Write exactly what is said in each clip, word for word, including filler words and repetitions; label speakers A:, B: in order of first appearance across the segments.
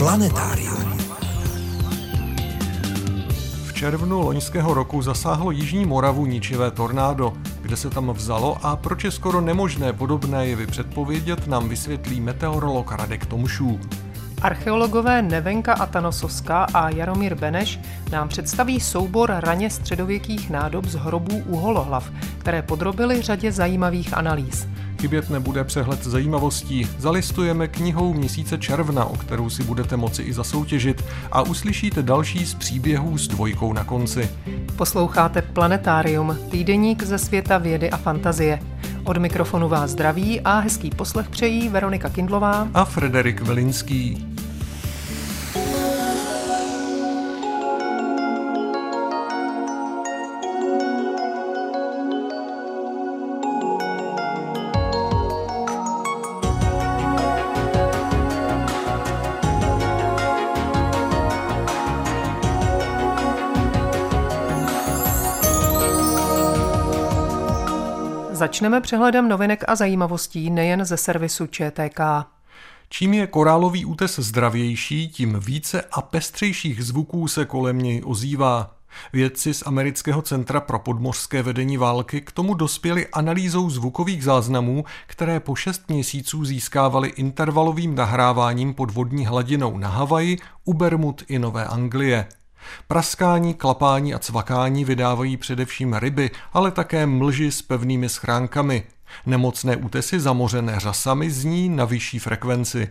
A: Planetárium.
B: V červnu loňského roku zasáhlo jižní Moravu ničivé tornádo. Kde se tam vzalo a proč je skoro nemožné podobné jevy předpovědět, nám vysvětlí meteorolog Radek Tomšů.
C: Archeologové Nevenka Atanosovská a Jaromír Beneš nám představí soubor raně středověkých nádob z hrobů u holohlav, které podrobili řadě zajímavých analýz.
B: Chybět nebude přehled zajímavostí. Zalistujeme knihou měsíce června, o kterou si budete moci i zasoutěžit, a uslyšíte další z příběhů s dvojkou na konci.
C: Posloucháte Planetárium, týdeník ze světa vědy a fantazie. Od mikrofonu vás zdraví a hezký poslech přejí Veronika Kindlová
B: a Frederik Velinský.
C: Začneme přehledem novinek a zajímavostí nejen ze servisu Č T K.
B: Čím je korálový útes zdravější, tím více a pestřejších zvuků se kolem něj ozývá. Vědci z Amerického centra pro podmořské vedení války k tomu dospěli analýzou zvukových záznamů, které po šest měsíců získávali intervalovým nahráváním pod vodní hladinou na Havaji, u Bermud i Nové Anglie. Praskání, klapání a cvakání vydávají především ryby, ale také mlži s pevnými schránkami. Nemocné útesy zamořené řasami zní na vyšší frekvenci.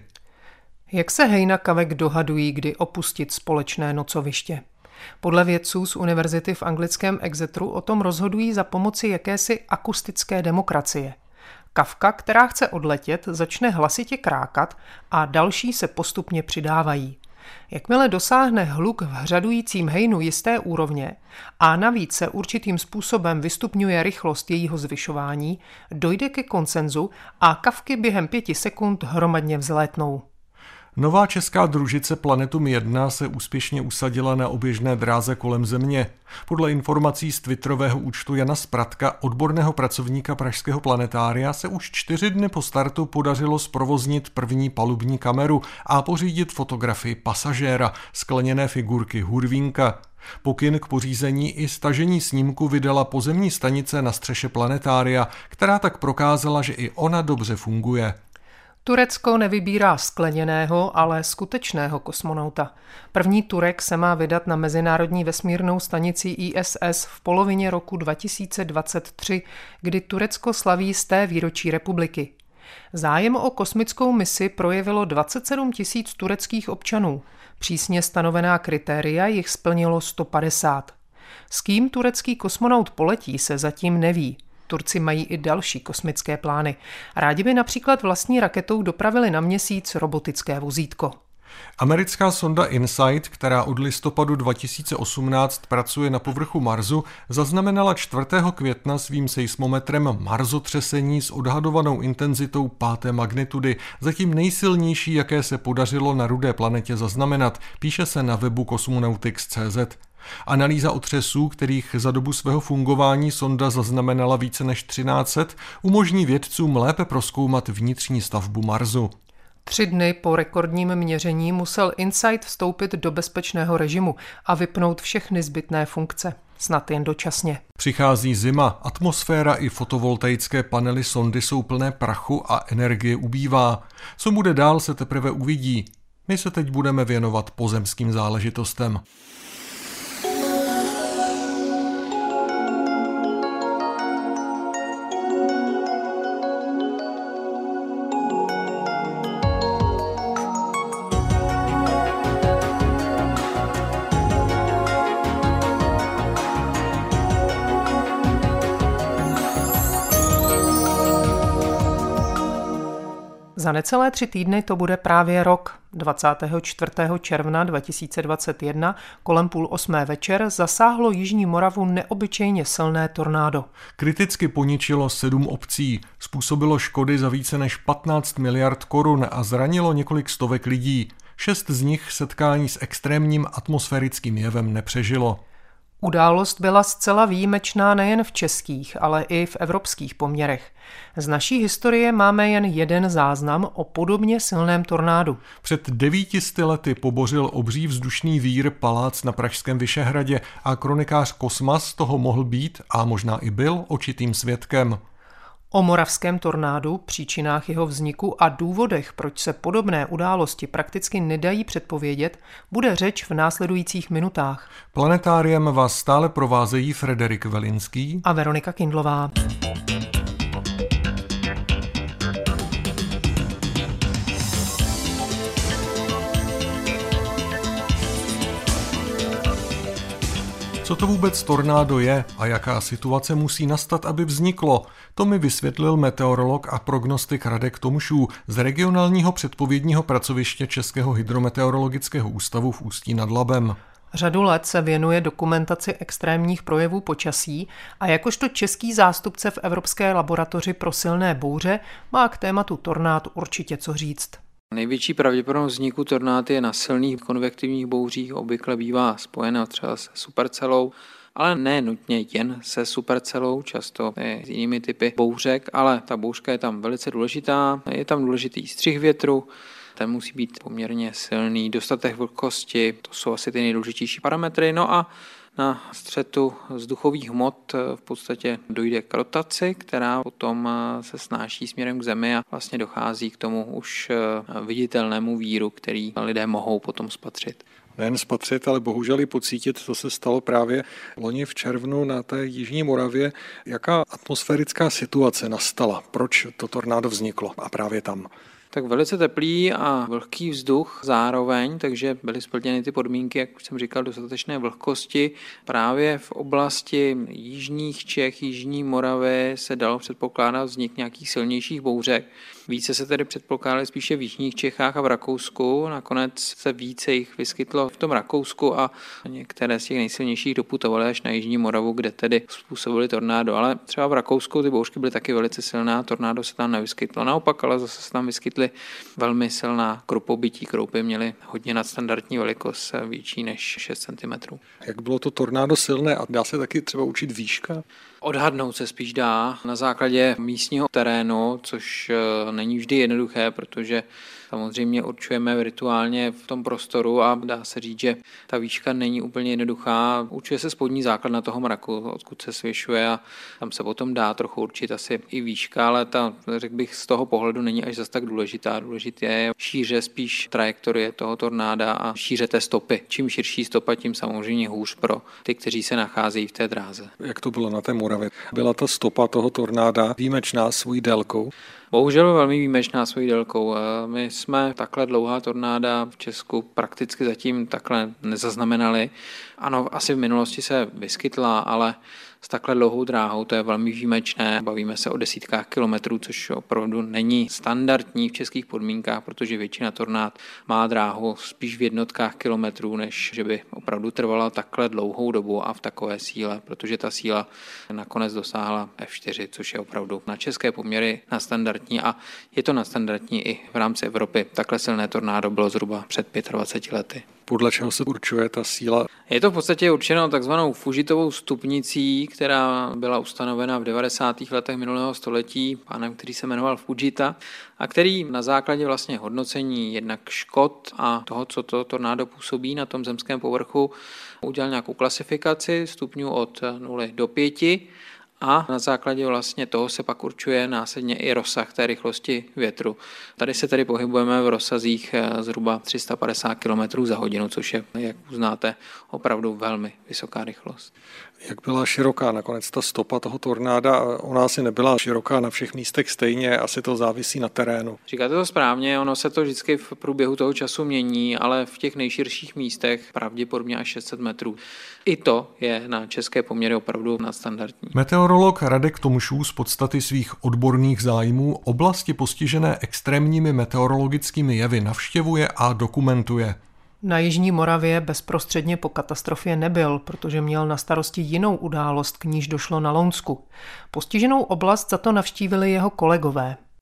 C: Jak se hejna kavek dohadují, kdy opustit společné nocoviště? Podle vědců z univerzity v anglickém Exeteru o tom rozhodují za pomoci jakési akustické demokracie. Kavka, která chce odletět, začne hlasitě krákat a další se postupně přidávají. Jakmile dosáhne hluk v hřadujícím hejnu jisté úrovně a navíc se určitým způsobem vystupňuje rychlost jejího zvyšování, dojde ke konsenzu a kavky během pěti sekund hromadně vzlétnou.
B: Nová česká družice Planetum jedna se úspěšně usadila na oběžné dráze kolem Země. Podle informací z twitterového účtu Jana Spratka, odborného pracovníka pražského planetária, se už čtyři dny po startu podařilo zprovoznit první palubní kameru a pořídit fotografii pasažéra, skleněné figurky Hurvínka. Pokyn k pořízení i stažení snímku vydala pozemní stanice na střeše planetária, která tak prokázala, že i ona dobře funguje.
C: Turecko nevybírá skleněného, ale skutečného kosmonauta. První Turek se má vydat na mezinárodní vesmírnou stanici I S S v polovině roku dva tisíce dvacet tři, kdy Turecko slaví sté výročí republiky. Zájem o kosmickou misi projevilo dvacet sedm tisíc tureckých občanů. Přísně stanovená kritéria jich splnilo sto padesát. S kým turecký kosmonaut poletí, se zatím neví. Turci mají i další kosmické plány. Rádi by například vlastní raketou dopravili na Měsíc robotické vozítko.
B: Americká sonda InSight, která od listopadu dva tisíce osmnáct pracuje na povrchu Marsu, zaznamenala čtvrtého května svým seismometrem marzotřesení s odhadovanou intenzitou páté magnitudy, zatím nejsilnější, jaké se podařilo na rudé planetě zaznamenat, píše se na webu Cosmonautics tečka cé zet. Analýza otřesů, kterých za dobu svého fungování sonda zaznamenala více než třináct set, umožní vědcům lépe prozkoumat vnitřní stavbu Marsu.
C: Tři dny po rekordním měření musel InSight vstoupit do bezpečného režimu a vypnout všechny zbytné funkce. Snad jen dočasně.
B: Přichází zima, atmosféra i fotovoltaické panely sondy jsou plné prachu a energie ubývá. Co bude dál, se teprve uvidí. My se teď budeme věnovat pozemským záležitostem.
C: Za necelé tři týdny to bude právě rok. dvacátého čtvrtého června dva tisíce dvacet jedna kolem půl osmé večer zasáhlo jižní Moravu neobyčejně silné tornádo.
B: Kriticky poničilo sedm obcí, způsobilo škody za více než patnáct miliard korun a zranilo několik stovek lidí. Šest z nich setkání s extrémním atmosférickým jevem nepřežilo.
C: Událost byla zcela výjimečná nejen v českých, ale i v evropských poměrech. Z naší historie máme jen jeden záznam o podobně silném tornádu.
B: Před devítisty lety pobořil obří vzdušný vír palác na pražském Vyšehradě a kronikář Kosmas toho mohl být a možná i byl očitým svědkem.
C: O moravském tornádu, příčinách jeho vzniku a důvodech, proč se podobné události prakticky nedají předpovědět, bude řeč v následujících minutách.
B: Planetáriem vás stále provázejí Frederik Velinský
C: a Veronika Kindlová.
B: Co to vůbec tornádo je a jaká situace musí nastat, aby vzniklo? To mi vysvětlil meteorolog a prognostik Radek Tomšů z regionálního předpovědního pracoviště Českého hydrometeorologického ústavu v Ústí nad Labem.
C: Řadu let se věnuje dokumentaci extrémních projevů počasí a jakožto český zástupce v Evropské laboratoři pro silné bouře má k tématu tornád určitě co říct.
A: Největší pravděpodobnost vzniku tornád je na silných konvektivních bouřích, obvykle bývá spojena třeba se supercelou, ale ne nutně jen se supercelou, často i s jinými typy bouřek, ale ta bouřka je tam velice důležitá, je tam důležitý střih větru, ten musí být poměrně silný, dostatek vlhkosti, to jsou asi ty nejdůležitější parametry, no a na střetu vzduchových hmot v podstatě dojde k rotaci, která potom se snáší směrem k zemi a vlastně dochází k tomu už viditelnému víru, který lidé mohou potom spatřit.
B: Nejen spatřit, ale bohužel i pocítit, co se stalo právě loni v červnu na té jižní Moravě. Jaká atmosférická situace nastala? Proč to tornádo vzniklo a právě tam?
A: Tak velice teplý a vlhký vzduch zároveň, takže byly splněny ty podmínky, jak už jsem říkal, dostatečné vlhkosti. Právě v oblasti jižních Čech, jižní Moravy se dalo předpokládat vznik nějakých silnějších bouřek. Více se tedy předpokládaly spíše v jižních Čechách a v Rakousku. Nakonec se více jich vyskytlo v tom Rakousku a některé z těch nejsilnějších doputovaly až na jižní Moravu, kde tedy způsobily tornádo. Ale třeba v Rakousku ty bouřky byly taky velice silná, tornádo se tam nevyskytlo. Naopak, ale zase se tam vyskytly velmi silná krupobytí. Kroupy měly hodně nadstandardní velikost, větší než šest centimetrů.
B: Jak bylo to tornádo silné a dá se taky třeba učit výška?
A: Odhadnout se spíš dá na základě místního terénu, což není vždy jednoduché, protože samozřejmě určujeme rituálně v tom prostoru a dá se říct, že ta výška není úplně jednoduchá. Určuje se spodní základna toho mraku, odkud se svěšuje a tam se potom dá trochu určit asi i výška, ale ta, řekl bych, z toho pohledu není až zas tak důležitá. Důležité je šíře spíš trajektorie toho tornáda a šíře té stopy. Čím širší stopa, tím samozřejmě hůř pro ty, kteří se nacházejí v té dráze.
B: Jak to bylo na té Moravě? Byla ta stopa toho tornáda výjimečná svojí délkou?
A: Bohužel velmi výjimečná svojí délkou. My jsme takhle dlouhá tornáda v Česku prakticky zatím takhle nezaznamenali. Ano, asi v minulosti se vyskytla, ale s takhle dlouhou dráhou to je velmi výjimečné. Bavíme se o desítkách kilometrů, což opravdu není standardní v českých podmínkách, protože většina tornád má dráhu spíš v jednotkách kilometrů, než že by opravdu trvala takhle dlouhou dobu a v takové síle, protože ta síla nakonec dosáhla ef čtyři, což je opravdu na české poměry nadstandardní a je to nadstandardní i v rámci Evropy. Takhle silné tornádo bylo zhruba před dvaceti pěti lety.
B: Podle čeho se určuje ta síla?
A: Je to v podstatě určeno takzvanou Fujitovou stupnicí, která byla ustanovena v devadesátých letech minulého století pánem, který se jmenoval Fujita a který na základě vlastně hodnocení jednak škod a toho, co to tornádo působí na tom zemském povrchu, udělal nějakou klasifikaci stupňů od nuly do pěti. A na základě vlastně toho se pak určuje následně i rozsah té rychlosti větru. Tady se tedy pohybujeme v rozsazích zhruba tři sta padesát kilometrů za hodinu, což je, jak uznáte, opravdu velmi vysoká rychlost.
B: Jak byla široká nakonec ta stopa toho tornáda? Ona asi nebyla široká na všech místech stejně, asi to závisí na terénu.
A: Říkáte to správně, ono se to vždycky v průběhu toho času mění, ale v těch nejširších místech pravděpodobně až šest set metrů. I to je na české poměry opravdu nadstandardní.
B: Meteorolog Radek Tomšů z podstaty svých odborných zájmů oblasti postižené extrémními meteorologickými jevy navštěvuje a dokumentuje.
C: Na jižní Moravě bezprostředně po katastrofě nebyl, protože měl na starosti jinou událost, k níž došlo na Lounsku. Postiženou oblast za to navštívili jeho kolegové.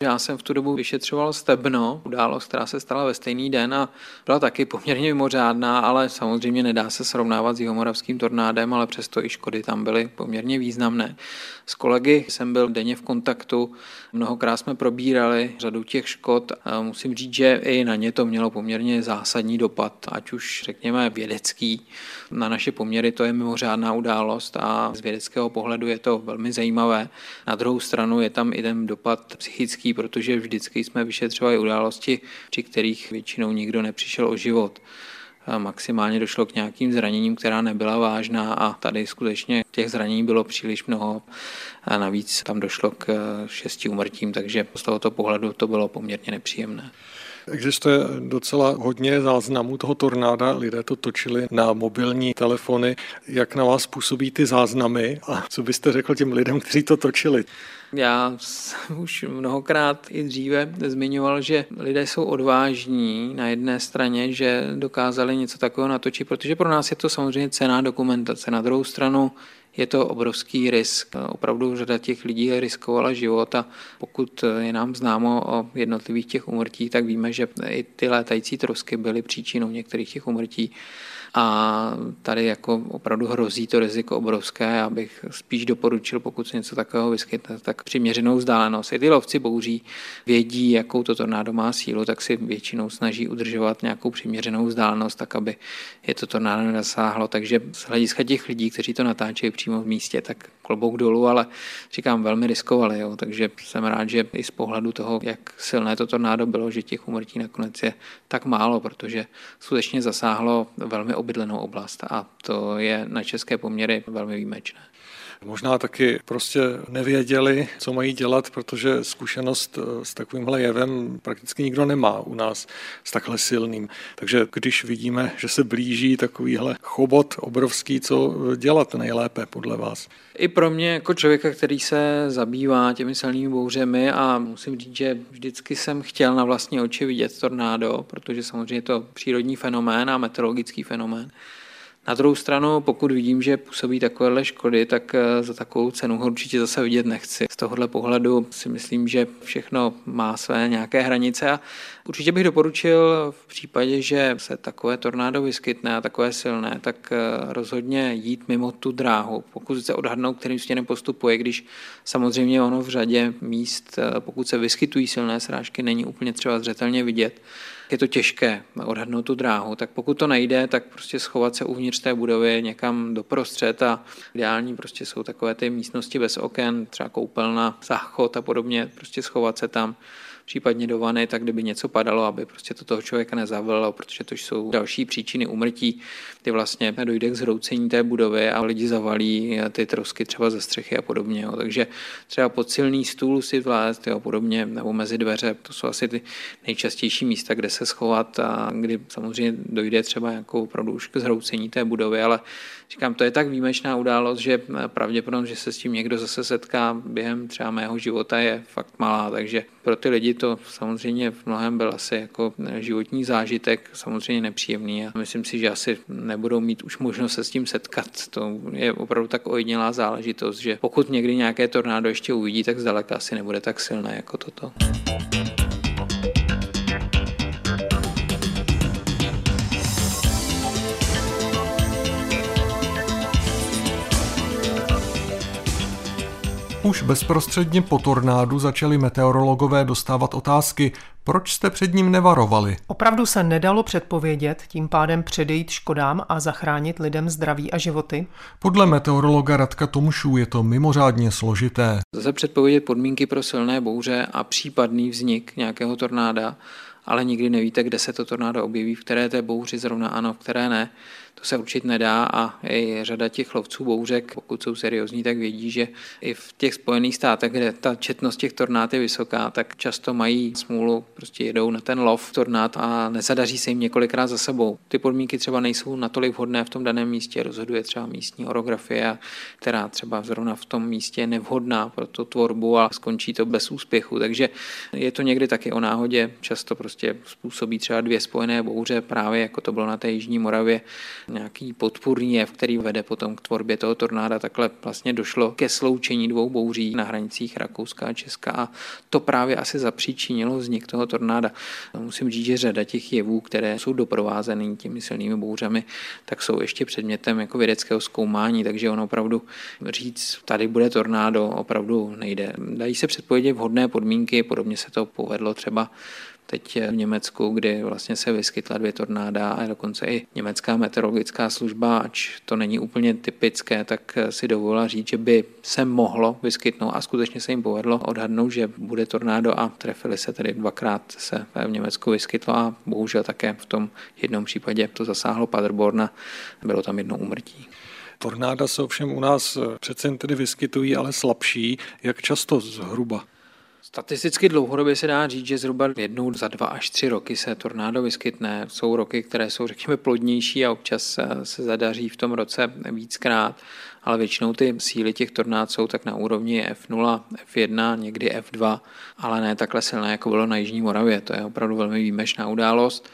A: Já jsem v tu dobu vyšetřoval Stebno, událost, která se stala ve stejný den a byla taky poměrně mimořádná, ale samozřejmě nedá se srovnávat s jihomoravským tornádem, ale přesto i škody tam byly poměrně významné. S kolegy jsem byl denně v kontaktu, mnohokrát jsme probírali řadu těch škod. Musím říct, že i na ně to mělo poměrně zásadní dopad, ať už řekněme vědecký. Na naše poměry to je mimořádná událost a z vědeckého pohledu je to velmi zajímavé. Na druhou stranu je tam i ten dopad psychický, protože vždycky jsme vyšetřovali události, při kterých většinou nikdo nepřišel o život. Maximálně došlo k nějakým zraněním, která nebyla vážná a tady skutečně těch zranění bylo příliš mnoho a navíc tam došlo k šesti úmrtím, takže z tohoto pohledu to bylo poměrně nepříjemné.
B: Existuje docela hodně záznamů toho tornáda, lidé to točili na mobilní telefony. Jak na vás působí ty záznamy a co byste řekl těm lidem, kteří to točili?
A: Já jsem už mnohokrát i dříve zmiňoval, že lidé jsou odvážní na jedné straně, že dokázali něco takového natočit, protože pro nás je to samozřejmě cenná dokumentace. Na druhou stranu je to obrovský risk. Opravdu řada těch lidí riskovala život a pokud je nám známo o jednotlivých těch úmrtích, tak víme, že i ty létající trosky byly příčinou některých těch úmrtí. A tady jako opravdu hrozí to riziko obrovské. Já bych spíš doporučil, pokud se něco takového vyskytne, tak přiměřenou vzdálenost. I ty lovci bouří vědí, jakou to tornádo má sílu, tak si většinou snaží udržovat nějakou přiměřenou vzdálenost, tak aby je to tornádo nedosáhlo. Takže z hlediska těch lidí, kteří to natáčejí přímo v místě, tak klobouk dolů, ale říkám, velmi riskovali. Jo. Takže jsem rád, že i z pohledu toho, jak silné to tornádo bylo, že těch úmrtí nakonec je tak málo, protože skutečně zasáhlo velmi obydlenou oblast a to je na české poměry velmi výjimečné.
B: Možná taky prostě nevěděli, co mají dělat, protože zkušenost s takovýmhle jevem prakticky nikdo nemá u nás s takhle silným. Takže když vidíme, že se blíží takovýhle chobot obrovský, co dělat nejlépe podle vás?
A: I pro mě jako člověka, který se zabývá těmi silnými bouřemi a musím říct, že vždycky jsem chtěl na vlastní oči vidět tornádo, protože samozřejmě je to přírodní fenomén a meteorologický fenomén. Na druhou stranu, pokud vidím, že působí takovéhle škody, tak za takovou cenu ho určitě zase vidět nechci. Z tohohle pohledu si myslím, že všechno má své nějaké hranice a určitě bych doporučil v případě, že se takové tornádo vyskytne a takové silné, tak rozhodně jít mimo tu dráhu. Pokud se odhadnout, kterým směrem postupuje, když samozřejmě ono v řadě míst, pokud se vyskytují silné srážky, není úplně třeba zřetelně vidět, je to těžké odhadnout tu dráhu, tak pokud to nejde, tak prostě schovat se uvnitř té budovy někam doprostřed a ideální prostě jsou takové ty místnosti bez oken, třeba koupelna, záchod a podobně, prostě schovat se tam, případně do vany, tak kdyby něco padalo, aby prostě to toho člověka nezavolalo, protože to jsou další příčiny úmrtí, kdy vlastně dojde k zhroucení té budovy a lidi zavalí ty trosky třeba ze střechy a podobně. Jo. Takže třeba pod silný stůl si vlézt a podobně, nebo mezi dveře, to jsou asi ty nejčastější místa, kde se schovat a kdy samozřejmě dojde třeba nějakou opravdu už k zhroucení té budovy, ale říkám, to je tak výjimečná událost, že pravděpodobnost, že se s tím někdo zase setká během třeba mého života je fakt malá, takže pro ty lidi to samozřejmě v mnohem byl asi jako životní zážitek, samozřejmě nepříjemný a myslím si, že asi nebudou mít už možnost se s tím setkat. To je opravdu tak ojedinělá záležitost, že pokud někdy nějaké tornádo ještě uvidí, tak zdaleka asi nebude tak silné jako toto.
D: Už bezprostředně po tornádu začali meteorologové dostávat otázky, proč jste před ním nevarovali.
C: Opravdu se nedalo předpovědět, tím pádem předejít škodám a zachránit lidem zdraví a životy?
D: Podle meteorologa Radka Tomšů je to mimořádně složité.
A: Zase předpovědět podmínky pro silné bouře a případný vznik nějakého tornáda, ale nikdy nevíte, kde se to tornádo objeví, v které té bouři zrovna ano, v které ne. To se určit nedá a i řada těch lovců bouřek, pokud jsou seriózní, tak vědí, že i v těch Spojených státech, kde ta četnost těch tornád je vysoká, tak často mají smůlu, prostě jedou na ten lov tornád a nezadaří se jim několikrát za sebou. Ty podmínky třeba nejsou natolik vhodné v tom daném místě, rozhoduje třeba místní orografie, která třeba zrovna v tom místě je nevhodná pro tu tvorbu a skončí to bez úspěchu. Takže je to někdy taky o náhodě, často prostě způsobí třeba dvě spojené bouře, právě jako to bylo na té jižní Moravě. nějaký podpůrný jev, který vede potom k tvorbě toho tornáda. Takhle vlastně došlo ke sloučení dvou bouří na hranicích Rakouska a Česka a to právě asi zapříčinilo vznik toho tornáda. Musím říct, že řada těch jevů, které jsou doprovázeny těmi silnými bouřemi, tak jsou ještě předmětem jako vědeckého zkoumání, takže on opravdu říct, tady bude tornádo, opravdu nejde. Dají se předpovědět vhodné podmínky, podobně se to povedlo třeba teď v Německu, kdy vlastně se vyskytla dvě tornáda a dokonce i německá meteorologická služba, ač to není úplně typické, tak si dovolila říct, že by se mohlo vyskytnout a skutečně se jim povedlo odhadnout, že bude tornádo a trefili se tedy dvakrát se v Německu vyskytlo a bohužel také v tom jednom případě to zasáhlo Paderborn a bylo tam jedno úmrtí.
D: Tornáda se ovšem u nás přece jen tedy vyskytují, ale slabší. Jak často zhruba?
A: Statisticky dlouhodobě se dá říct, že zhruba jednou za dva až tři roky se tornádo vyskytne. Jsou roky, které jsou, řekněme, plodnější a občas se zadaří v tom roce víckrát, ale většinou ty síly těch tornád jsou tak na úrovni F nula, F jedna, někdy F dva, ale ne takhle silné, jako bylo na Jižní Moravě. To je opravdu velmi výjimečná událost.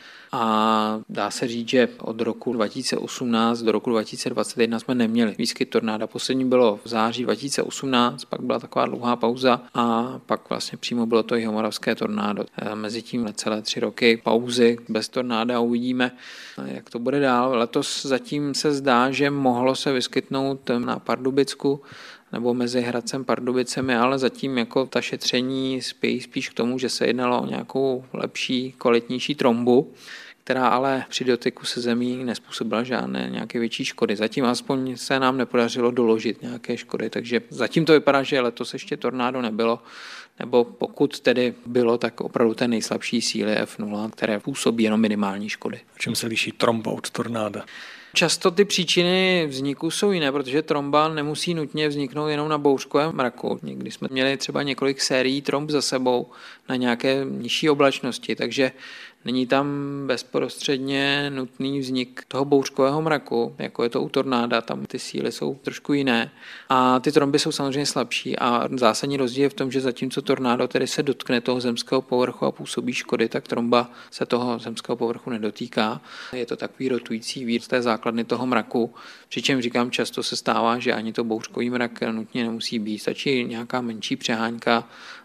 A: A dá se říct, že od roku dva tisíce osmnáct do roku dva tisíce dvacet jedna jsme neměli výskyt tornáda. Poslední bylo v září dva tisíce osmnáct, pak byla taková dlouhá pauza a pak vlastně přímo bylo to jihomoravské tornádo. Mezitím necelé tři roky pauzy bez tornáda, uvidíme, jak to bude dál. Letos zatím se zdá, že mohlo se vyskytnout na Pardubicku nebo mezi Hradcem Pardubicemi, ale zatím jako ta šetření spějí spíš k tomu, že se jednalo o nějakou lepší, kvalitnější trombu, která ale při dotyku se zemí nezpůsobila žádné nějaké větší škody. Zatím aspoň se nám nepodařilo doložit nějaké škody, takže zatím to vypadá, že letos ještě tornádo nebylo, nebo pokud tedy bylo, tak opravdu té nejslabší síly F nula, které působí jenom minimální škody.
D: V čem se liší tromba od tornáda?
A: Často ty příčiny vzniku jsou jiné, protože tromba nemusí nutně vzniknout jenom na bouřkovém mraku. Někdy jsme měli třeba několik sérií tromb za sebou na nějaké nižší oblačnosti, takže není tam bezprostředně nutný vznik toho bouřkového mraku, jako je to u tornáda, tam ty síly jsou trošku jiné. A ty tromby jsou samozřejmě slabší a zásadní rozdíl je v tom, že zatímco tornádo tedy se dotkne toho zemského povrchu a působí škody, tak tromba se toho zemského povrchu nedotýká. Je to takový rotující vír z té základny toho mraku, přičemž říkám, často se stává, že ani to bouřkový mrak nutně nemusí být, stačí nějaká menší přeháňka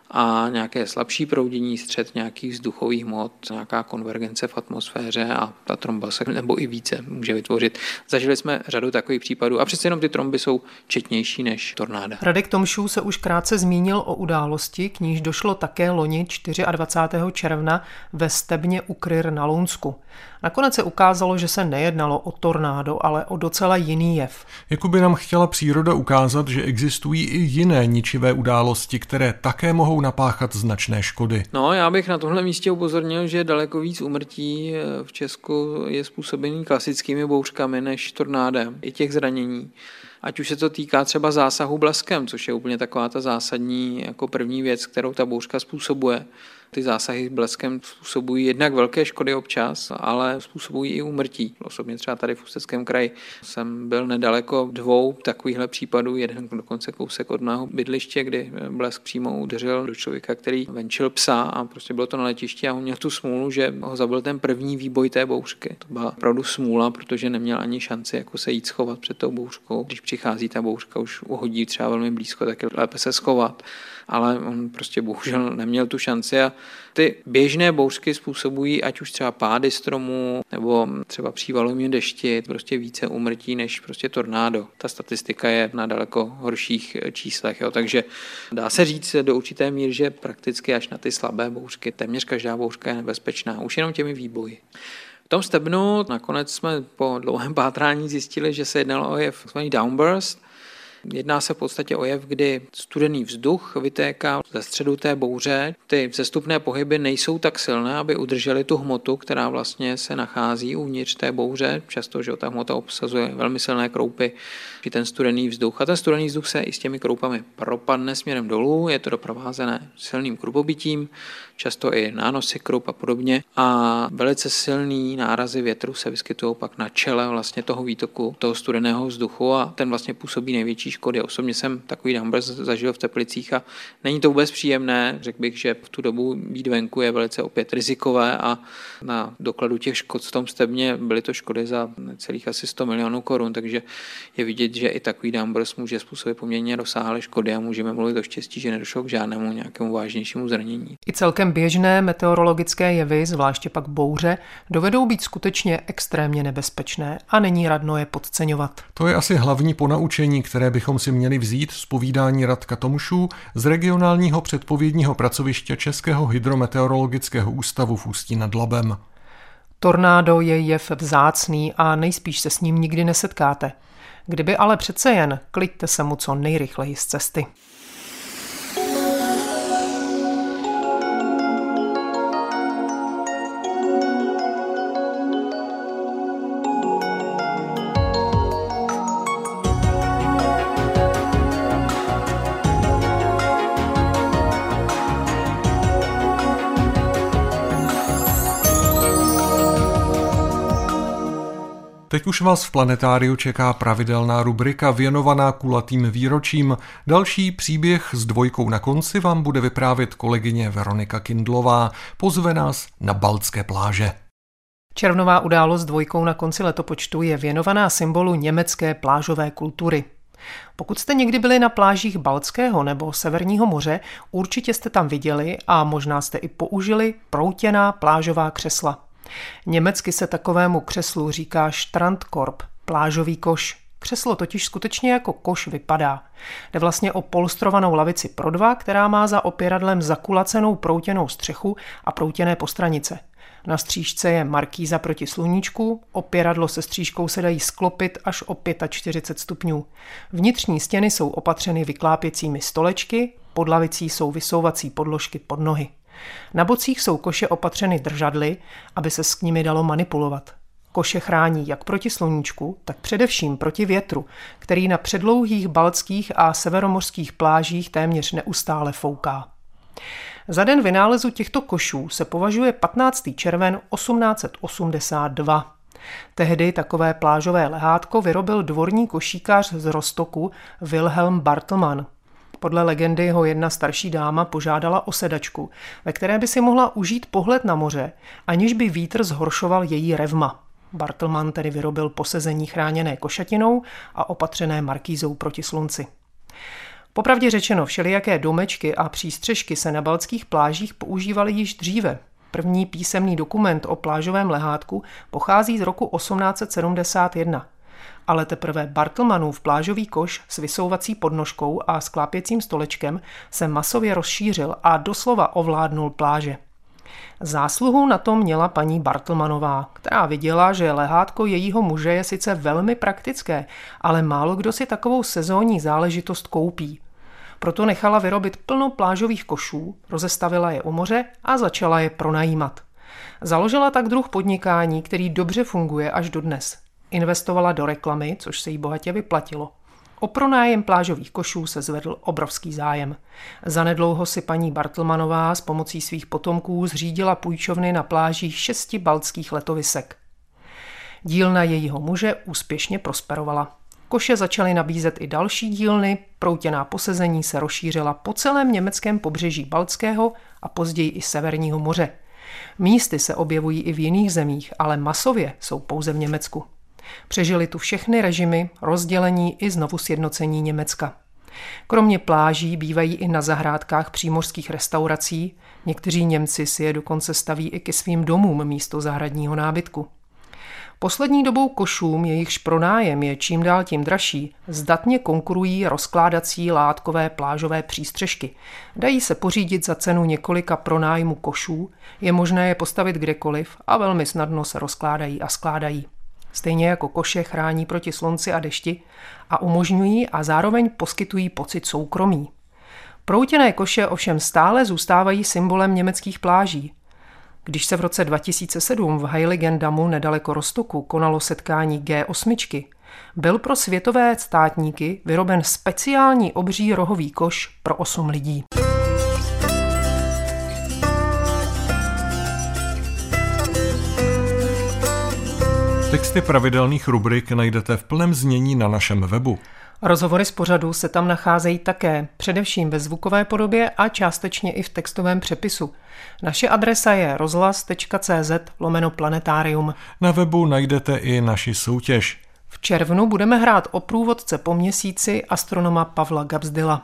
A: a nějaké slabší proudění, střed nějakých vzduchových hmot, nějaká konvergence v atmosféře a ta tromba se nebo i více může vytvořit. Zažili jsme řadu takových případů a přece jenom ty tromby jsou četnější než tornáda.
C: Radek Tomšů se už krátce zmínil o události, k níž došlo také loni dvacátého čtvrtého června ve Stebně u Kryr na Lounsku. Nakonec se ukázalo, že se nejednalo o tornádo, ale o docela jiný jev.
B: Jako by nám chtěla příroda ukázat, že existují i jiné ničivé události, které také mohou napáchat značné škody.
A: No, já bych na tomhle místě upozornil, že daleko víc úmrtí v Česku je způsobený klasickými bouřkami než tornádem, i těch zranění. Ať už se to týká třeba zásahu bleskem, což je úplně taková ta zásadní jako první věc, kterou ta bouřka způsobuje. Ty zásahy bleskem způsobují jednak velké škody občas, ale způsobují i úmrtí. Osobně třeba tady v Ústeckém kraji jsem byl nedaleko dvou takovýchhle případů, jeden dokonce kousek od mého bydliště, kdy blesk přímo udeřil do člověka, který venčil psa a prostě bylo to na letišti a on měl tu smůlu, že ho zabil ten první výboj té bouřky. To byla opravdu smůla, protože neměl ani šanci jako se jít schovat před tou bouřkou. Když přichází ta bouřka, už uhodí třeba velmi blízko, tak je lépe se schovat. Ale on prostě bohužel neměl tu šanci a ty běžné bouřky způsobují ať už třeba pády stromů nebo třeba přívalovými dešti, prostě více úmrtí než prostě tornádo. Ta statistika je na daleko horších číslech, jo. Takže dá se říct do určité míry, že prakticky až na ty slabé bouřky téměř každá bouřka je nebezpečná, už jenom těmi výboji. V tom Stebnu nakonec jsme po dlouhém pátrání zjistili, že se jednalo o jev tzv. Downburst. Jedná se v podstatě o jev, kdy studený vzduch vytéká ze středu té bouře. Ty vzestupné pohyby nejsou tak silné, aby udržely tu hmotu, která vlastně se nachází uvnitř té bouře. Často, že ta hmota obsazuje velmi silné kroupy, i ten studený vzduch. A ten studený vzduch se i s těmi kroupami propadne směrem dolů, je to doprovázené silným krupobytím, často i nánosy krup a podobně. A velice silný nárazy větru se vyskytují pak na čele vlastně toho výtoku, toho studeného vzduchu a ten vlastně působí největší škody. Osobně jsem takový downburst zažil v Teplicích a není to vůbec příjemné. Řekl bych, že v tu dobu být venku je velice opět rizikové a na dokladu těch škod v tom stebně byly to škody za celých asi sto milionů korun, takže je vidět, že i takový downburst může způsobit poměrně rozsáhlé škody a můžeme mluvit o štěstí, že nedošlo k žádnému nějakému vážnějšímu zranění.
C: I celkem běžné meteorologické jevy, zvláště pak bouře, dovedou být skutečně extrémně nebezpečné a není radno je podceňovat.
B: To je asi hlavní ponaučení, které bychom si měli vzít z povídání Radka Tomšů z regionálního předpovědního pracoviště Českého hydrometeorologického ústavu v Ústí nad Labem.
C: Tornádo je jev vzácný a nejspíš se s ním nikdy nesetkáte. Kdyby ale přece jen, kliďte se mu co nejrychleji z cesty.
B: Teď už vás v Planetáriu čeká pravidelná rubrika věnovaná kulatým výročím. Další příběh s dvojkou na konci vám bude vyprávět kolegyně Veronika Kindlová. Pozve nás na baltské pláže.
C: Červnová událost s dvojkou na konci letopočtu je věnovaná symbolu německé plážové kultury. Pokud jste někdy byli na plážích Baltského nebo Severního moře, určitě jste tam viděli a možná jste i použili proutěná plážová křesla. Německy se takovému křeslu říká Strandkorb, plážový koš. Křeslo totiž skutečně jako koš vypadá. Jde vlastně o polstrovanou lavici pro dva, která má za opěradlem zakulacenou proutěnou střechu a proutěné postranice. Na střížce je markýza proti sluníčku, opěradlo se střížkou se dají sklopit až o čtyřicet pět stupňů. Vnitřní stěny jsou opatřeny vyklápěcími stolečky, pod lavicí jsou vysouvací podložky pod nohy. Na bocích jsou koše opatřeny držadly, aby se s nimi dalo manipulovat. Koše chrání jak proti sluníčku, tak především proti větru, který na předlouhých baltských a severomořských plážích téměř neustále fouká. Za den vynálezu těchto košů se považuje patnáctého června osmnáct set osmdesát dva. Tehdy takové plážové lehátko vyrobil dvorní košíkář z Rostoku Wilhelm Bartelmann. Podle legendy ho jedna starší dáma požádala o sedačku, ve které by si mohla užít pohled na moře, aniž by vítr zhoršoval její revma. Bartelmann tedy vyrobil posezení chráněné košatinou a opatřené markýzou proti slunci. Popravdě řečeno, všelijaké domečky a přístřežky se na baltských plážích používaly již dříve. První písemný dokument o plážovém lehátku pochází z roku osmnáct set sedmdesát jedna. Ale teprve Bartelmannův plážový koš s vysouvací podnožkou a sklápěcím stolečkem se masově rozšířil a doslova ovládnul pláže. Zásluhu na tom měla paní Bartelmannová, která viděla, že lehátko jejího muže je sice velmi praktické, ale málo kdo si takovou sezónní záležitost koupí. Proto nechala vyrobit plno plážových košů, rozestavila je u moře a začala je pronajímat. Založila tak druh podnikání, který dobře funguje až dodnes. Investovala do reklamy, což se jí bohatě vyplatilo. O pronájem plážových košů se zvedl obrovský zájem. Zanedlouho si paní Bartelmannová s pomocí svých potomků zřídila půjčovny na plážích šesti baltských letovisek. Dílna jejího muže úspěšně prosperovala. Koše začaly nabízet i další dílny, proutěná posezení se rozšířila po celém německém pobřeží Baltského a později i Severního moře. Místy se objevují i v jiných zemích, ale masově jsou pouze v Německu. Přežili tu všechny režimy, rozdělení i znovu sjednocení Německa. Kromě pláží bývají i na zahrádkách přímořských restaurací, někteří Němci si je dokonce staví i ke svým domům místo zahradního nábytku. Poslední dobou košům, jejichž pronájem je čím dál tím dražší, zdatně konkurují rozkládací látkové plážové přístřežky. Dají se pořídit za cenu několika pronájmu košů, je možné je postavit kdekoliv a velmi snadno se rozkládají a skládají. Stejně jako koše chrání proti slunci a dešti a umožňují a zároveň poskytují pocit soukromí. Proutěné koše ovšem stále zůstávají symbolem německých pláží. Když se v roce dva tisíce sedm v Heiligendamu nedaleko Rostoku konalo setkání G osm, byl pro světové státníky vyroben speciální obří rohový koš pro osm lidí.
B: Texty pravidelných rubrik najdete v plném znění na našem webu.
C: Rozhovory z pořadu se tam nacházejí také, především ve zvukové podobě a částečně i v textovém přepisu. Naše adresa je rozhlas.cz lomeno planetarium.
B: Na webu najdete i naši soutěž.
C: V červnu budeme hrát o průvodce po měsíci astronoma Pavla Gabsdila.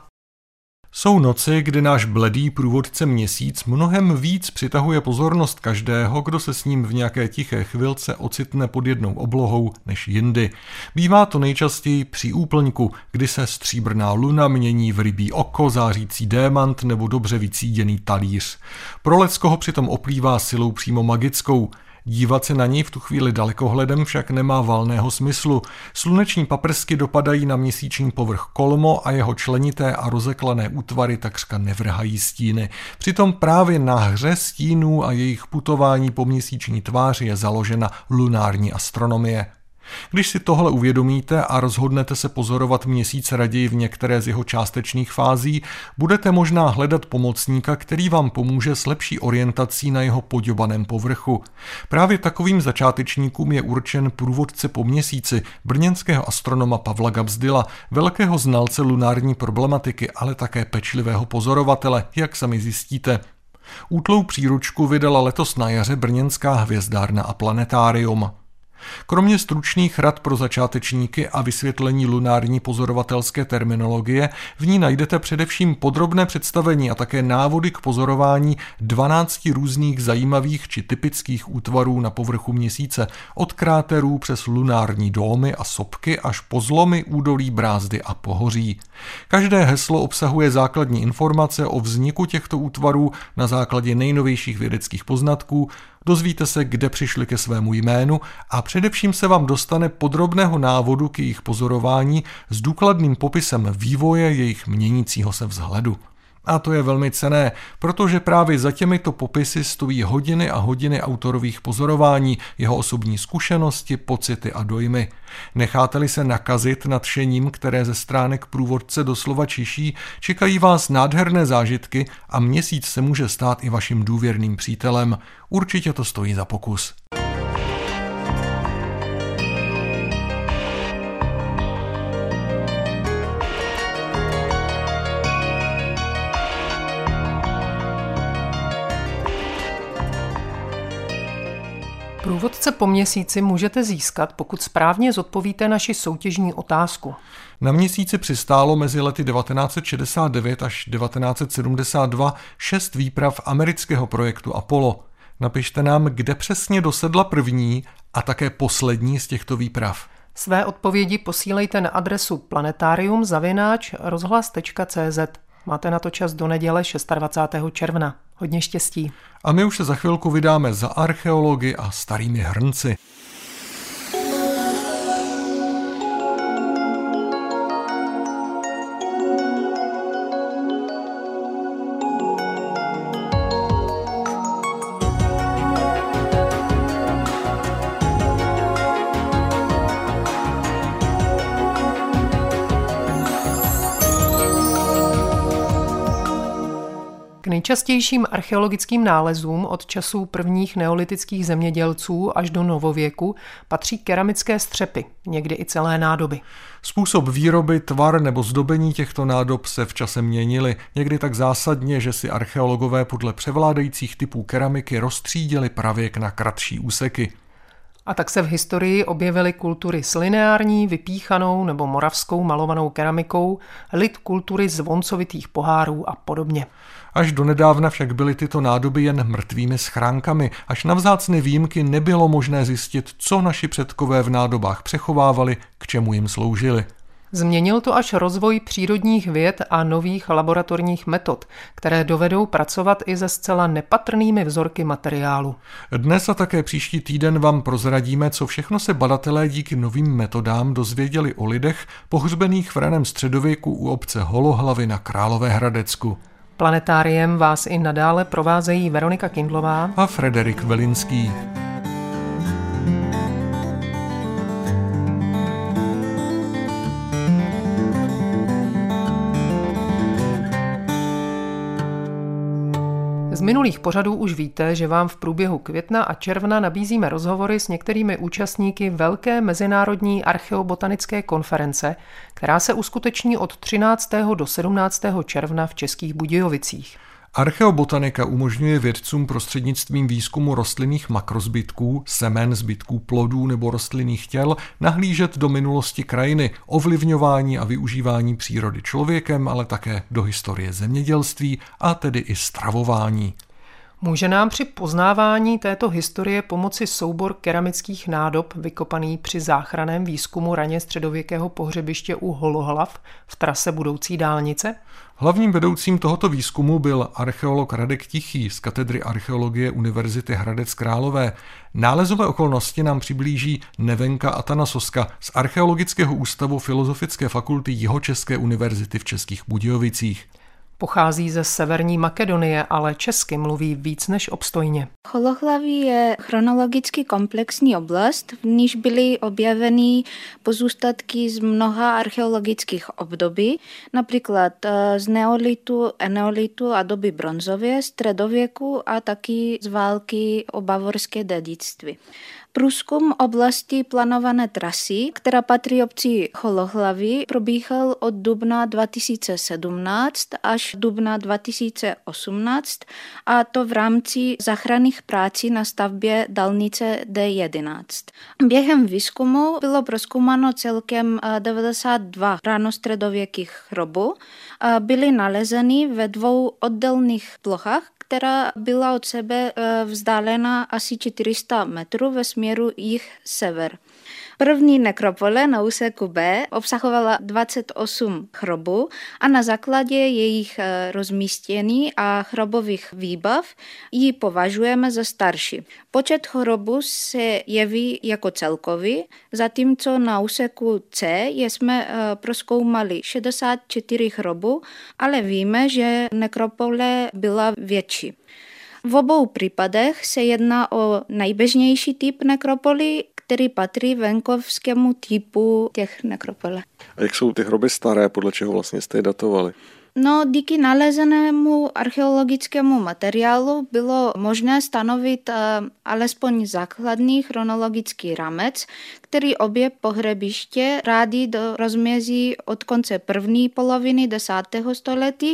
B: Jsou noci, kdy náš bledý průvodce Měsíc mnohem víc přitahuje pozornost každého, kdo se s ním v nějaké tiché chvilce ocitne pod jednou oblohou než jindy. Bývá to nejčastěji při úplňku, kdy se stříbrná luna mění v rybí oko, zářící démant nebo dobře vycíděný talíř. Pro leckoho přitom oplývá silou přímo magickou. Dívat se na něj v tu chvíli dalekohledem však nemá valného smyslu. Sluneční paprsky dopadají na měsíční povrch kolmo a jeho členité a rozeklané útvary takřka nevrhají stíny. Přitom právě na hře stínů a jejich putování po měsíční tváři je založena lunární astronomie. Když si tohle uvědomíte a rozhodnete se pozorovat Měsíc raději v některé z jeho částečných fází, budete možná hledat pomocníka, který vám pomůže s lepší orientací na jeho poďobaném povrchu. Právě takovým začátečníkům je určen průvodce po Měsíci brněnského astronoma Pavla Gabsdila, velkého znalce lunární problematiky, ale také pečlivého pozorovatele, jak sami zjistíte. Útlou příručku vydala letos na jaře brněnská hvězdárna a planetarium. Kromě stručných rad pro začátečníky a vysvětlení lunární pozorovatelské terminologie v ní najdete především podrobné představení a také návody k pozorování dvanácti různých zajímavých či typických útvarů na povrchu Měsíce, od kráterů přes lunární dómy a sopky až po zlomy, údolí, brázdy a pohoří. Každé heslo obsahuje základní informace o vzniku těchto útvarů na základě nejnovějších vědeckých poznatků, dozvíte se, kde přišli ke svému jménu a především se vám dostane podrobného návodu k jejich pozorování s důkladným popisem vývoje jejich měnícího se vzhledu. A to je velmi cenné, protože právě za těmito popisy stojí hodiny a hodiny autorových pozorování, jeho osobní zkušenosti, pocity a dojmy. Necháte-li se nakazit nadšením, které ze stránek průvodce doslova čiší, čekají vás nádherné zážitky a Měsíc se může stát i vaším důvěrným přítelem. Určitě to stojí za pokus.
C: Průvodce po Měsíci můžete získat, pokud správně zodpovíte naši soutěžní otázku.
B: Na Měsíci přistálo mezi lety devatenáct set šedesát devět až devatenáct set sedmdesát dva šest výprav amerického projektu Apollo. Napište nám, kde přesně dosedla první a také poslední z těchto výprav.
C: Své odpovědi posílejte na adresu planetarium zavináč rozhlas tečka cé zet. Máte na to čas do neděle dvacátého šestého června. Hodně štěstí.
B: A my už se za chvilku vydáme za archeology a starými hrnci.
C: K nejčastějším archeologickým nálezům od časů prvních neolitických zemědělců až do novověku patří keramické střepy, někdy i celé nádoby.
B: Způsob výroby, tvar nebo zdobení těchto nádob se v čase měnily, někdy tak zásadně, že si archeologové podle převládajících typů keramiky roztřídili pravěk na kratší úseky.
C: A tak se v historii objevily kultury s lineární, vypíchanou nebo moravskou malovanou keramikou, lid kultury zvoncovitých pohárů a podobně.
B: Až donedávna však byly tyto nádoby jen mrtvými schránkami, až na vzácné výjimky nebylo možné zjistit, co naši předkové v nádobách přechovávali, k čemu jim sloužily.
C: Změnil to až rozvoj přírodních věd a nových laboratorních metod, které dovedou pracovat i se zcela nepatrnými vzorky materiálu.
B: Dnes a také příští týden vám prozradíme, co všechno se badatelé díky novým metodám dozvěděli o lidech pohřbených v raném středověku u obce Holohlavy na Královéhradecku.
C: Planetáriem vás i nadále provázejí Veronika Kindlová
B: a Frederik Velinský.
C: Z minulých pořadů už víte, že vám v průběhu května a června nabízíme rozhovory s některými účastníky velké mezinárodní archeobotanické konference, která se uskuteční od třináctého do sedmnáctého června v Českých Budějovicích.
B: Archeobotanika umožňuje vědcům prostřednictvím výzkumu rostlinných makrozbytků, semen, zbytků plodů nebo rostlinných těl nahlížet do minulosti krajiny, ovlivňování a využívání přírody člověkem, ale také do historie zemědělství a tedy i stravování.
C: Může nám při poznávání této historie pomoci soubor keramických nádob vykopaný při záchranném výzkumu raně středověkého pohřebiště u Holohlav v trase budoucí dálnice?
B: Hlavním vedoucím tohoto výzkumu byl archeolog Radek Tichý z katedry archeologie Univerzity Hradec Králové. Nálezové okolnosti nám přiblíží Nevenka Atanasoska z Archeologického ústavu Filozofické fakulty Jihočeské univerzity v Českých Budějovicích.
C: Pochází ze Severní Makedonie, ale česky mluví víc než obstojně.
E: Holohlaví je chronologicky komplexní oblast, v níž byly objeveny pozůstatky z mnoha archeologických období, například z neolitu, eneolitu a doby bronzové, středověku a taky z války o bavorské dědictví. Průzkum oblasti plánované trasy, která patří obci Holohlaví, probíhal od dubna dva tisíce sedmnáct až dubna dva tisíce osmnáct, a to v rámci záchranných prací na stavbě dálnice D jedenáct. Během výzkumu bylo prozkoumáno celkem devadesát dva ranostředověkých hrobů. Byly nalezeny ve dvou oddělených plochách, která byla od sebe vzdálena asi čtyři sta metrů ve směru jih-sever. První nekropole na úseku B obsahovala dvacet osm hrobů a na základě jejich rozmístění a hrobových výbav ji považujeme za starší. Počet hrobů se jeví jako celkový, zatímco na úseku C jsme prozkoumali šedesát čtyři hrobů, ale víme, že nekropole byla větší. V obou případech se jedná o nejběžnější typ nekropoly, který patří venkovskému typu těch nekropole.
F: A jak jsou ty hroby staré, podle čeho vlastně jste je datovali?
E: No, díky nalezenému archeologickému materiálu bylo možné stanovit uh, alespoň základní chronologický rámec, který obě pohřebiště rádí do rozmezí od konce první poloviny desátého století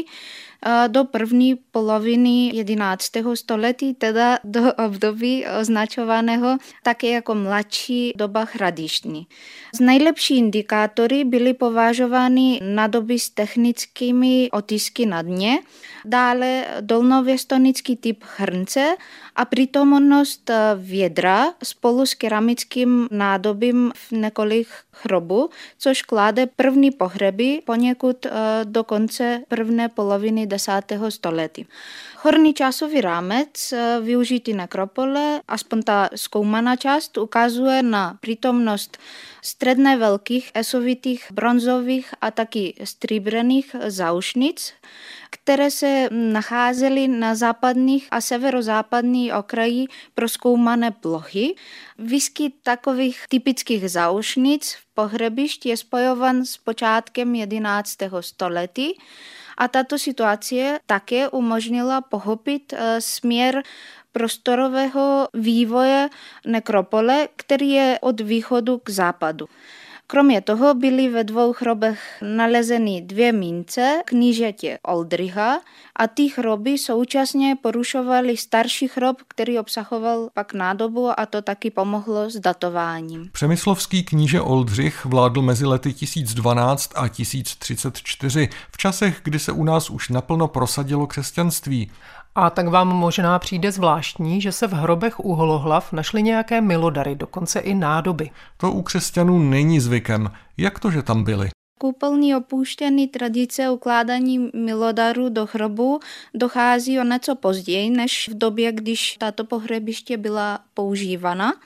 E: do první poloviny jedenáctého století, teda do období označovaného také jako mladší doba hradištní. Z nejlepší indikátory byly považovány nádoby s technickými otisky na dně, dále dolnověstonický typ hrnce a přítomnost vědra spolu s keramickým nádobím v několik hrobů, což klade první pohřeby poněkud do konce první poloviny desátého století. Horní časový rámec využitý nekropole, aspoň ta zkoumaná část, ukazuje na přítomnost středně velkých esovitých, bronzových a taky stříbrných záušnic, které se nacházely na západních a severozápadní okraji prozkoumané plochy. Výskyt takových typických záušnic v pohřebišti je spojovan s počátkem jedenáctého století, a tato situace také umožnila pochopit směr prostorového vývoje nekropole, který je od východu k západu. Kromě toho byly ve dvou hrobech nalezeny dvě mince knížete Oldřicha a ty hroby současně porušovaly starší hrob, který obsahoval pak nádobu, a to taky pomohlo s datováním.
B: Přemyslovský kníže Oldřich vládl mezi lety tisíc dvanáct a tisíc třicet čtyři, v časech, kdy se u nás už naplno prosadilo křesťanství.
C: A tak vám možná přijde zvláštní, že se v hrobech u Holohlav našly nějaké milodary, dokonce i nádoby.
B: To u křesťanů není zvykem. Jak to, že tam byly?
E: K úplný opuštěný tradice ukládání milodarů do hrobu dochází o něco později, než v době, když tato pohřebiště byla používána.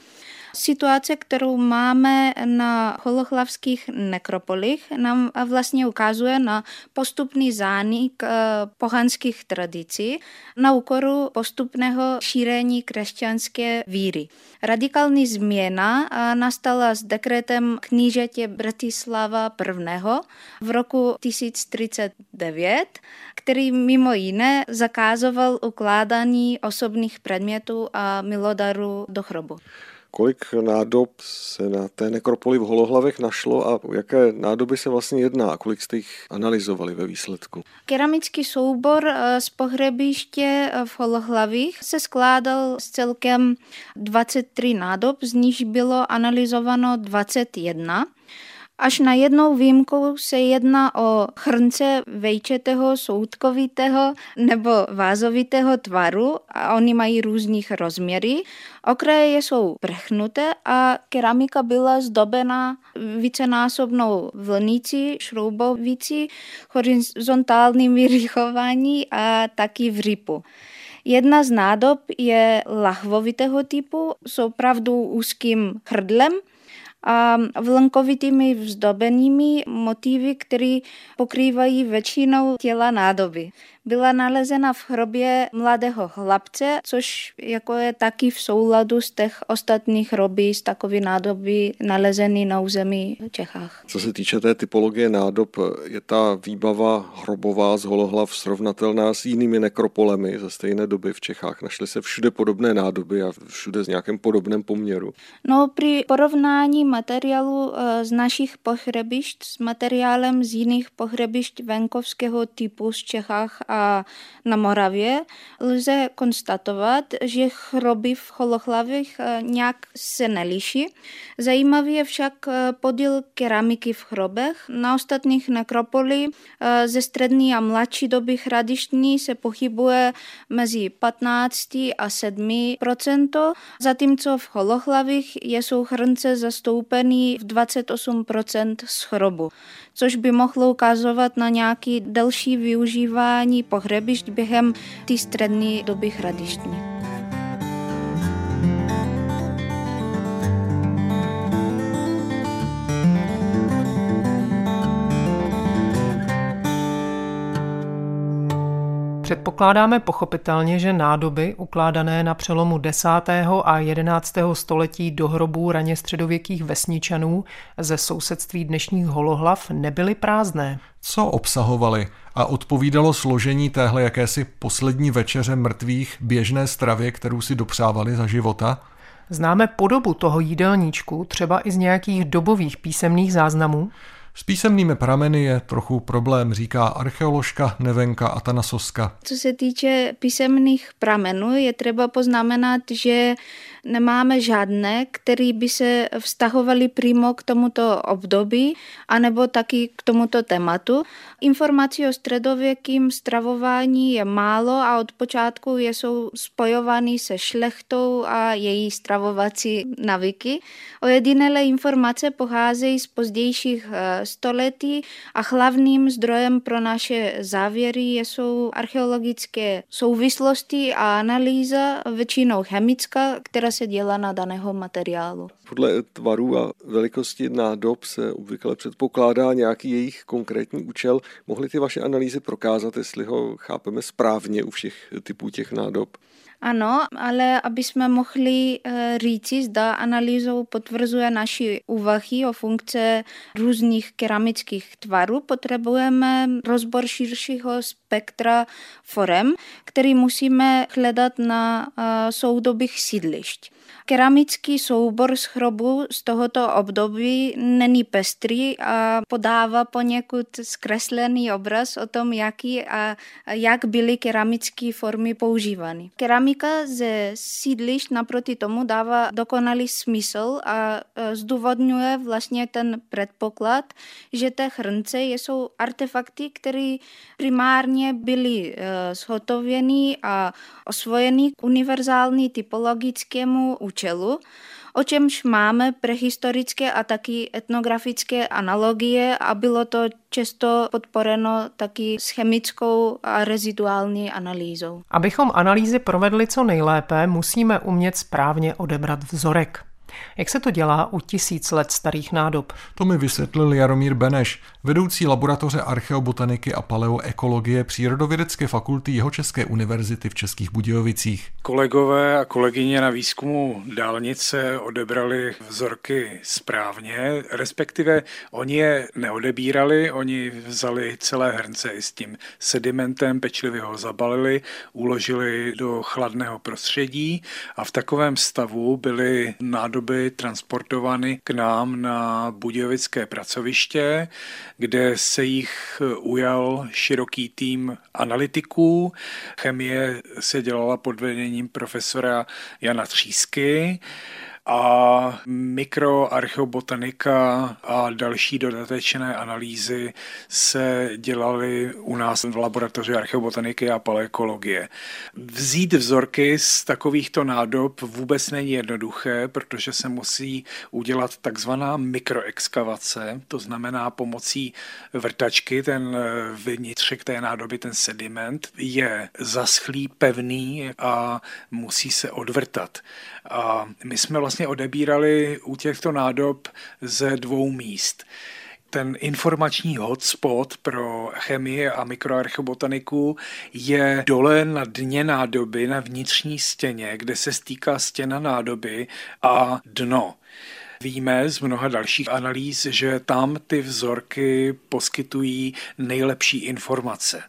E: Situace, kterou máme na holohlavských nekropolích, nám vlastně ukazuje na postupný zánik pohanských tradicí na úkoru postupného šíření křesťanské víry. Radikální změna nastala s dekretem knížete Bratislava prvního v roku tisíc třicet devět, který mimo jiné zakázoval ukládání osobních předmětů a milodarů do hrobu.
F: Kolik nádob se na té nekropoli v Holohlavech našlo a o jaké nádoby se vlastně jedná? Kolik jste jich analyzovali ve výsledku?
E: Keramický soubor z pohřebiště v Holohlavích se skládal z celkem dvacet tři nádob, z nich bylo analyzováno dvacet jedna. Až na jednou výjimku se jedná o hrnce vejčetého, soudkovitého nebo vázovitého tvaru a oni mají různých rozměry. Okraje jsou prchnuté a keramika byla zdobena vícenásobnou vlnicí, šroubovicí, horizontálním vyrychování a taky v rypu. Jedna z nádob je lahvovitého typu s opravdu úzkým hrdlem a vlnkovitými vzdobenými motivy, které pokrývají většinou těla nádoby. Byla nalezena v hrobě mladého chlapce, což jako je taky v souladu z těch ostatních hrobí z takové nádoby nalezený na území v Čechách.
F: Co se týče té typologie nádob, je ta výbava hrobová z Holohlav srovnatelná s jinými nekropolemi ze stejné doby v Čechách? Našly se všude podobné nádoby a všude s nějakým podobném poměru?
E: No, při porovnání materiálu z našich pohřebišť s materiálem z jiných pohřebišť venkovského typu z Čechách a na Moravě lze konstatovat, že hroby v Holohlavích nějak se neliší. Zajímavý je však podíl keramiky v hrobech. Na ostatních nekropolí ze střední a mladší doby hradištní se pohybuje mezi patnáct a sedm procent, zatímco v Holohlavích jsou hrnce zastoupeny v dvacet osm procent z hrobu, což by mohlo ukazovat na nějaký další využívání pohřebišť během té střední doby hradištní.
C: Předpokládáme pochopitelně, že nádoby ukládané na přelomu desátého a jedenáctého století do hrobů raně středověkých vesničanů ze sousedství dnešních Holohlav nebyly prázdné.
D: Co obsahovaly a odpovídalo složení téhle jakési poslední večeře mrtvých běžné stravě, kterou si dopřávali za života?
C: Známe podobu toho jídelníčku třeba i z nějakých dobových písemných záznamů?
D: S písemnými prameny je trochu problém, říká archeoložka Nevenka Atanasovska.
E: Co se týče písemných pramenů, je třeba poznamenat, že nemáme žádné, které by se vztahovaly přímo k tomuto období, anebo taky k tomuto tématu. Informací o středověkém stravování je málo a od počátku jsou spojovány se šlechtou a její stravovací navyky. Ojedinělé informace pocházejí z pozdějších století a hlavním zdrojem pro naše závěry jsou archeologické souvislosti a analýza, většinou chemická, která se dělá na daného materiálu.
F: Podle tvaru a velikosti nádob se obvykle předpokládá nějaký jejich konkrétní účel. Mohly ty vaše analýzy prokázat, jestli ho chápeme správně u všech typů těch nádob?
E: Ano, ale aby jsme mohli říci, zda analýzou potvrzuje naši úvahy o funkce různých keramických tvarů, potřebujeme rozbor širšího spektra forem, který musíme hledat na soudobých sídlišť. Keramický soubor z hrobu z tohoto období není pestrý a podává poněkud zkreslený obraz o tom, jaký a jak byly keramické formy používány. Keramika ze sídlišť naproti tomu dává dokonalý smysl a zdůvodňuje vlastně ten předpoklad, že ty hrnce jsou artefakty, které primárně byly zhotověny a osvojeny k univerzální typologickému účelu, o čemž máme prehistorické a taky etnografické analogie a bylo to často podporeno taky s chemickou a reziduální analýzou.
C: Abychom analýzy provedli co nejlépe, musíme umět správně odebrat vzorek. Jak se to dělá u tisíc let starých nádob?
D: To mi vysvětlil Jaromír Beneš, vedoucí laboratoře archeobotaniky a paleoekologie Přírodovědecké fakulty Jihočeské univerzity v Českých Budějovicích.
G: Kolegové a kolegyně na výzkumu dálnice odebrali vzorky správně, respektive oni je neodebírali, oni vzali celé hrnce i s tím sedimentem, pečlivě ho zabalili, uložili do chladného prostředí a v takovém stavu byly nádoby transportovány k nám na budějovické pracoviště, kde se jich ujal široký tým analytiků. Chemie se dělala pod vedením profesora Jana Třísky a mikroarcheobotanika a další dodatečné analýzy se dělaly u nás v laboratoři archeobotaniky a paleoekologie. Vzít vzorky z takovýchto nádob vůbec není jednoduché, protože se musí udělat takzvaná mikroexkavace, to znamená pomocí vrtačky, ten vnitřek té nádoby, ten sediment, je zaschlý, pevný a musí se odvrtat. A my jsme vlastně odebírali u těchto nádob ze dvou míst. Ten informační hotspot pro chemii a mikroarcheobotaniku je dole na dně nádoby, na vnitřní stěně, kde se stýká stěna nádoby a dno. Víme z mnoha dalších analýz, že tam ty vzorky poskytují nejlepší informace.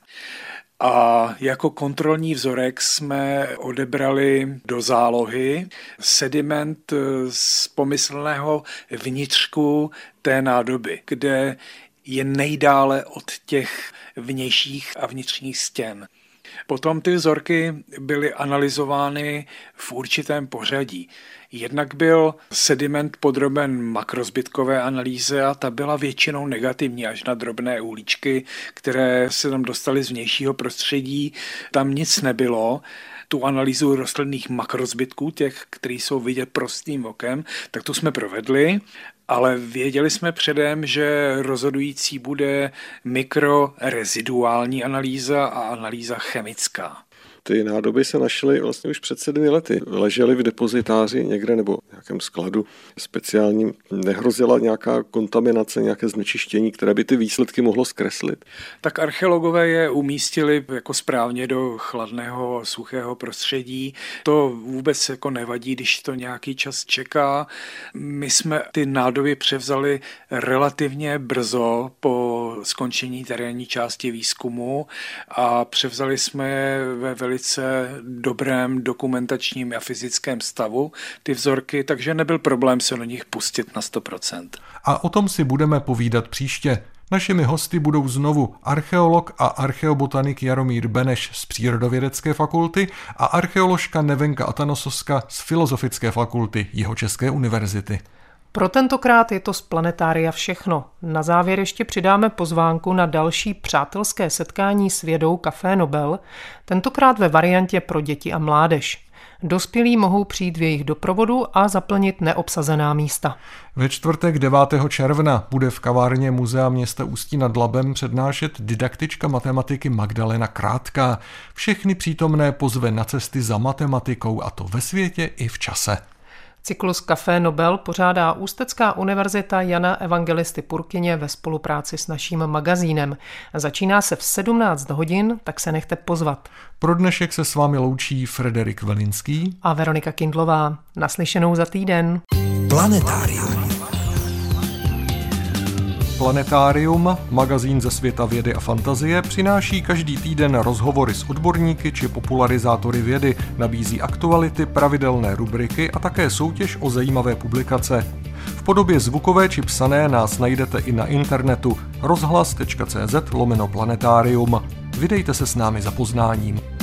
G: A jako kontrolní vzorek jsme odebrali do zálohy sediment z pomyslného vnitřku té nádoby, kde je nejdále od těch vnějších a vnitřních stěn. Potom ty vzorky byly analyzovány v určitém pořadí. Jednak byl sediment podroben makrozbytkové analýze a ta byla většinou negativní až na drobné úlíčky, které se tam dostaly z vnějšího prostředí. Tam nic nebylo. Tu analýzu rostlinných makrozbytků, těch, které jsou vidět prostým okem, tak tu jsme provedli, ale věděli jsme předem, že rozhodující bude mikroreziduální analýza a analýza chemická.
F: Ty nádoby se našly vlastně už před sedmi lety. Ležely v depozitáři někde nebo v nějakém skladu speciálním. Nehrozila nějaká kontaminace, nějaké znečištění, které by ty výsledky mohlo zkreslit?
G: Tak archeologové je umístili jako správně do chladného, suchého prostředí. To vůbec jako nevadí, když to nějaký čas čeká. My jsme ty nádoby převzali relativně brzo po skončení terénní části výzkumu a převzali jsme ve velice dobrém dokumentačním a fyzickém stavu ty vzorky, takže nebyl problém se do nich pustit na sto procent.
D: A o tom si budeme povídat příště. Našimi hosty budou znovu archeolog a archeobotanik Jaromír Beneš z Přírodovědecké fakulty a archeoložka Nevenka Atanosovska z Filozofické fakulty Jihočeské univerzity.
C: Pro tentokrát je to z Planetária všechno. Na závěr ještě přidáme pozvánku na další přátelské setkání s vědou Café Nobel, tentokrát ve variantě pro děti a mládež. Dospělí mohou přijít v jejich doprovodu a zaplnit neobsazená místa.
D: Ve čtvrtek devátého června bude v kavárně Muzea města Ústí nad Labem přednášet didaktička matematiky Magdalena Krátká. Všechny přítomné pozve na cesty za matematikou, a to ve světě i v čase.
C: Cyklus Café Nobel pořádá Ústecká univerzita Jana Evangelisty Purkyně ve spolupráci s naším magazínem. Začíná se v sedmnáct hodin, tak se nechte pozvat.
D: Pro dnešek se s vámi loučí Frederik Velinský
C: a Veronika Kindlová. Naslyšenou za týden.
B: Planetárium.
D: Planetárium, magazín ze světa vědy a fantazie, přináší každý týden rozhovory s odborníky či popularizátory vědy, nabízí aktuality, pravidelné rubriky a také soutěž o zajímavé publikace. V podobě zvukové či psané nás najdete i na internetu rozhlas tečka cé zet lomeno planetárium. Vydejte se s námi za poznáním.